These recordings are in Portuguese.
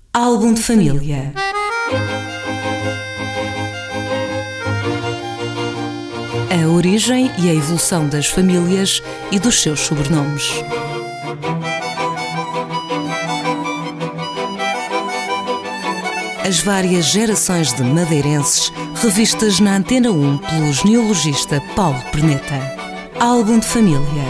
Álbum de família. A origem e a evolução das famílias e dos seus sobrenomes. As várias gerações de madeirenses revistas na Antena 1 pelo genealogista Paulo Perneta. Álbum de família.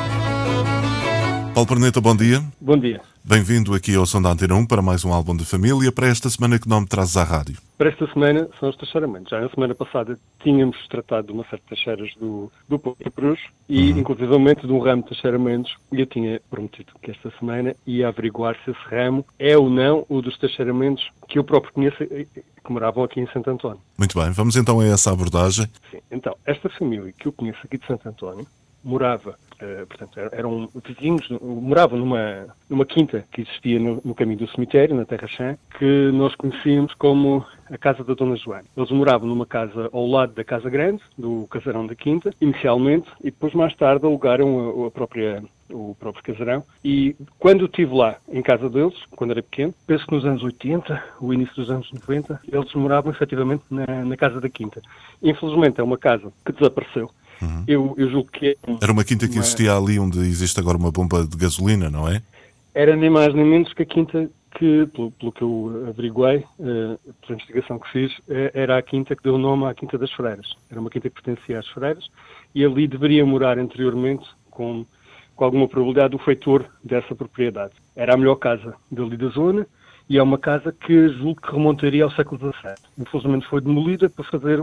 Paulo Perneta, bom dia. Bom dia. Bem-vindo aqui ao som da Antena 1 para mais um álbum de família. Para esta semana, que nome trazes à rádio? Para esta semana são os tacheiramentos. Já na semana passada tínhamos tratado de uma série de taxeiras do Porto Cruz e, inclusivamente, de um ramo de tacheiramentos. E eu tinha prometido que esta semana ia averiguar se esse ramo é ou não o dos tacheiramentos que eu próprio conheço, que moravam aqui em Santo António. Muito bem, vamos então a essa abordagem. Sim. Então, esta família que eu conheço aqui de Santo António morava, portanto, eram vizinhos, moravam numa quinta que existia no caminho do cemitério, na Terra Chã, que nós conhecíamos como a casa da Dona Joana. Eles moravam numa casa ao lado da Casa Grande, do casarão da quinta, inicialmente, e depois mais tarde alugaram o próprio casarão. E quando eu estive lá, em casa deles, quando era pequeno, penso que nos anos 80, o início dos anos 90, eles moravam efetivamente na casa da quinta. Infelizmente é uma casa que desapareceu. Eu julgo que era uma quinta que existia ali onde existe agora uma bomba de gasolina, não é? Era nem mais nem menos que a quinta que, pelo que eu averiguei, pela investigação que fiz, era a quinta que deu nome à Quinta das Freiras. Era uma quinta que pertencia às Freiras e ali deveria morar anteriormente, com alguma probabilidade, o feitor dessa propriedade. Era a melhor casa dali da zona e é uma casa que julgo que remontaria ao século XVII. Infelizmente foi demolida para fazer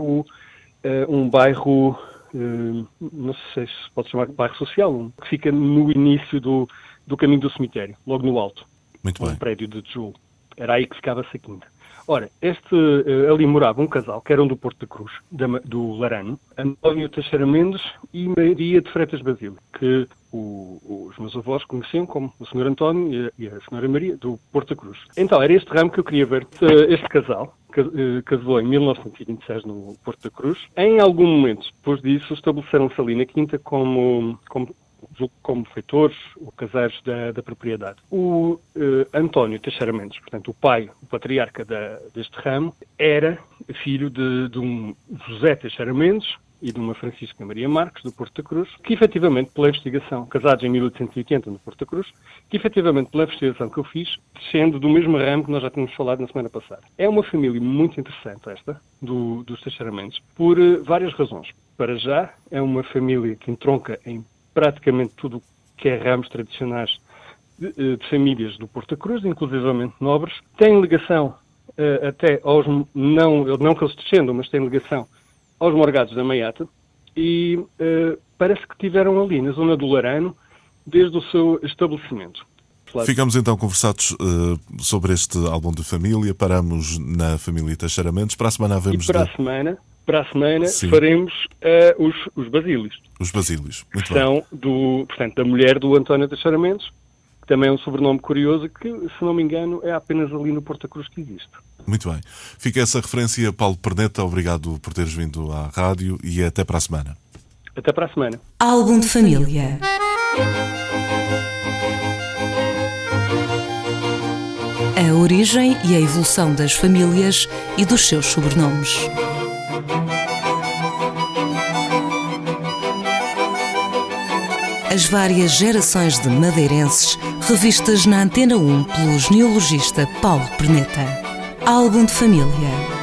um bairro... não sei se pode chamar de bairro social, que fica no início do caminho do cemitério, logo no alto. Muito bem. Um prédio de tijolo. Era aí que ficava essa quinta. Ora, ali morava um casal, que eram do Porto da Cruz, do Larano, António Teixeira Mendes e Maria de Freitas Basílio, que os meus avós conheciam como o Sr. António e a Sra. Maria do Porto da Cruz. Então, era este ramo que eu queria ver. Este casal casou em 1926 no Porto da Cruz. Em algum momento, depois disso, estabeleceram-se ali na quinta como feitores ou caseiros da propriedade. O António Teixeira Mendes, portanto o pai, o patriarca deste ramo, era filho de um José Teixeira Mendes e de uma Francisca Maria Marques, do Porto da Cruz, que efetivamente, pela investigação, casados em 1880 no Porto da Cruz, que efetivamente, pela investigação que eu fiz, sendo do mesmo ramo que nós já tínhamos falado na semana passada. É uma família muito interessante esta, dos Teixeira Mendes, por várias razões. Para já, é uma família que entronca em praticamente tudo que é ramos tradicionais de famílias do Porto da Cruz, inclusivamente nobres. Tem ligação até aos, não que eles descendam, mas tem ligação aos morgados da Maiata e parece que tiveram ali, na zona do Larano, desde o seu estabelecimento. Claro. Ficamos então conversados sobre este álbum de família. Paramos na família Teixeira Mendes. Para a semana havemos... Para a semana faremos os Basílios. Os Basílios, muito bem. Que são portanto, da mulher do António Teixeira Mendes, que também é um sobrenome curioso que, se não me engano, é apenas ali no Porto da Cruz que existe. Muito bem. Fica essa referência, Paulo Perneta. Obrigado por teres vindo à rádio e até para a semana. Até para a semana. Álbum de família. A origem e a evolução das famílias e dos seus sobrenomes. As várias gerações de madeirenses revistas na Antena 1 pelo genealogista Paulo Perneta. Álbum de família.